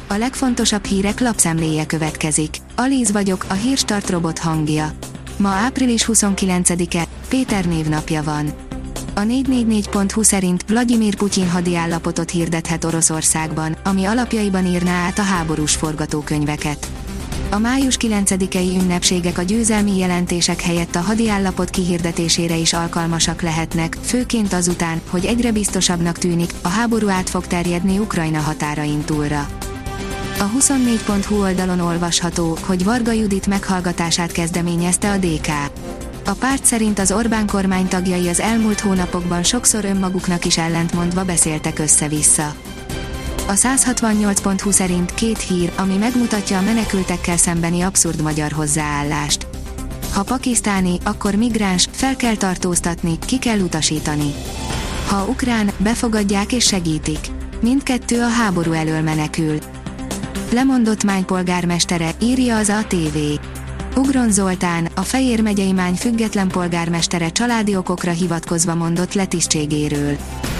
A legfontosabb hírek lapszemléje következik. Alíz vagyok, a Hírstart robot hangja. Ma április 29-e, Péter névnapja van. A 444.hu szerint Vladimir Putyin hadiállapotot hirdethet Oroszországban, ami alapjaiban írná át a háborús forgatókönyveket. A május 9-i ünnepségek a győzelmi jelentések helyett a hadiállapot kihirdetésére is alkalmasak lehetnek, főként azután, hogy egyre biztosabbnak tűnik, a háború át fog terjedni Ukrajna határain túlra. A 24.hu oldalon olvasható, hogy Varga Judit meghallgatását kezdeményezte a DK. A párt szerint az Orbán kormány tagjai az elmúlt hónapokban sokszor önmaguknak is ellentmondva beszéltek össze-vissza. A 168.hu szerint 2 hír, ami megmutatja a menekültekkel szembeni abszurd magyar hozzáállást. Ha pakisztáni, akkor migráns, fel kell tartóztatni, ki kell utasítani. Ha ukrán, befogadják és segítik. Mindkettő a háború elől menekül. Lemondott Mány polgármestere, írja az ATV. Ugron Zoltán, a Fejér megyei Mány független polgármestere családi okokra hivatkozva mondott le tisztségéről.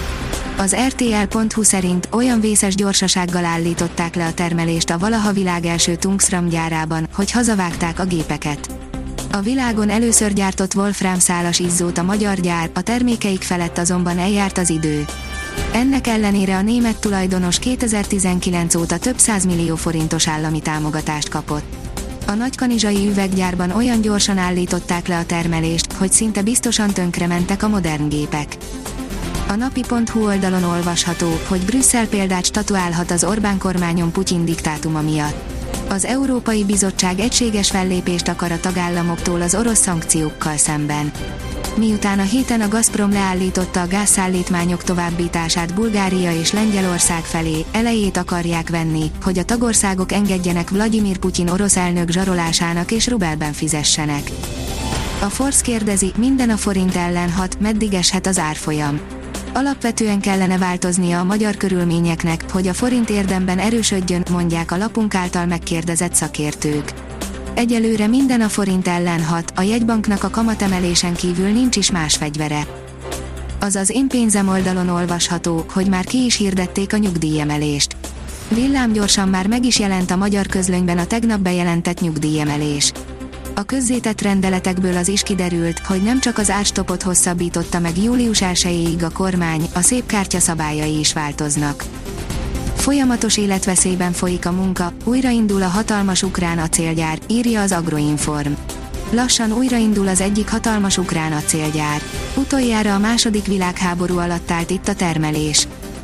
Az RTL.hu szerint olyan vészes gyorsasággal állították le a termelést a valaha világ első tungsztram gyárában, hogy hazavágták a gépeket. A világon először gyártott wolfram szálas izzót a magyar gyár, a termékeik felett azonban eljárt az idő. Ennek ellenére a német tulajdonos 2019 óta több 100 millió forintos állami támogatást kapott. A nagykanizsai üveggyárban olyan gyorsan állították le a termelést, hogy szinte biztosan tönkrementek a modern gépek. A napi.hu oldalon olvasható, hogy Brüsszel példát statuálhat az Orbán kormányon Putyin diktátuma miatt. Az Európai Bizottság egységes fellépést akar a tagállamoktól az orosz szankciókkal szemben. Miután a héten a Gazprom leállította a gázszállítmányok továbbítását Bulgária és Lengyelország felé, elejét akarják venni, hogy a tagországok engedjenek Vladimir Putyin orosz elnök zsarolásának és rubelben fizessenek. A Force kérdezi, minden a forint ellen hat, meddig eshet az árfolyam. Alapvetően kellene változnia a magyar körülményeknek, hogy a forint érdemben erősödjön, mondják a lapunk által megkérdezett szakértők. Egyelőre minden a forint ellen hat, a jegybanknak a kamatemelésen kívül nincs is más fegyvere. Azaz Én pénzem oldalon olvasható, hogy már ki is hirdették a nyugdíjemelést. Villámgyorsan már meg is jelent a magyar közlönyben a tegnap bejelentett nyugdíjemelés. A közzétett rendeletekből az is kiderült, hogy nem csak az árstopot hosszabbította meg július 1-ig a kormány, a szép kártya szabályai is változnak. Folyamatos életveszélyben folyik a munka, újraindul a hatalmas ukrán acélgyár, írja az Agroinform. Lassan újraindul az egyik hatalmas ukrán acélgyár. Utoljára a II. Világháború alatt állt itt a termelés.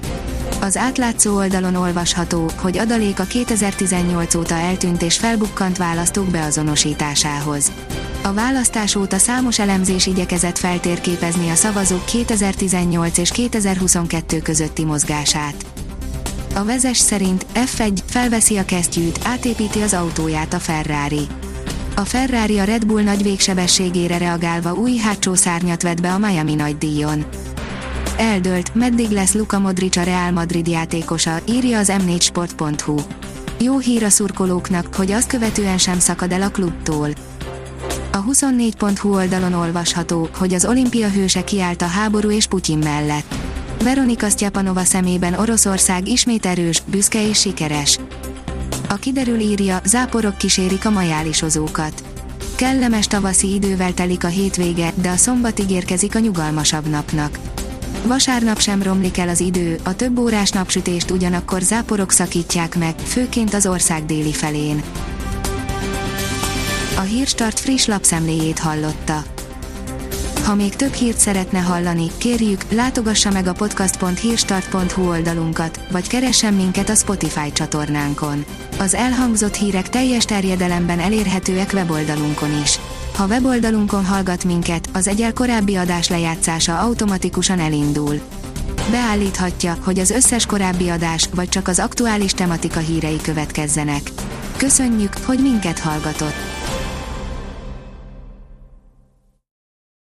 Az átlátszó oldalon olvasható, hogy adalék a 2018 óta eltűnt és felbukkant választók beazonosításához. A választás óta számos elemzés igyekezett feltérképezni a szavazók 2018 és 2022 közötti mozgását. A Vezes szerint F1 felveszi a kesztyűt, átépíti az autóját a Ferrari. A Ferrari a Red Bull nagy végsebességére reagálva új hátsó szárnyat vett be a Miami nagydíjon. Eldőlt, meddig lesz Luka Modric a Real Madrid játékosa, írja az m4sport.hu. Jó hír a szurkolóknak, hogy azt követően sem szakad el a klubtól. A 24.hu oldalon olvasható, hogy az olimpia hőse kiállt a háború és Putyin mellett. Veronika Sztyepanova szemében Oroszország ismét erős, büszke és sikeres. A kiderül írja, záporok kísérik a majálisozókat. Kellemes tavaszi idővel telik a hétvége, de a szombat ígérkezik a nyugalmasabb napnak. Vasárnap sem romlik el az idő, a több órás napsütést ugyanakkor záporok szakítják meg, főként az ország déli felén. A Hírstart friss lapszemléjét hallotta. Ha még több hírt szeretne hallani, kérjük, látogassa meg a podcast.hírstart.hu oldalunkat, vagy keressen minket a Spotify csatornánkon. Az elhangzott hírek teljes terjedelemben elérhetőek weboldalunkon is. Ha weboldalunkon hallgat minket, az egyel korábbi adás lejátszása automatikusan elindul. Beállíthatja, hogy az összes korábbi adás, vagy csak az aktuális tematika hírei következzenek. Köszönjük, hogy minket hallgatott!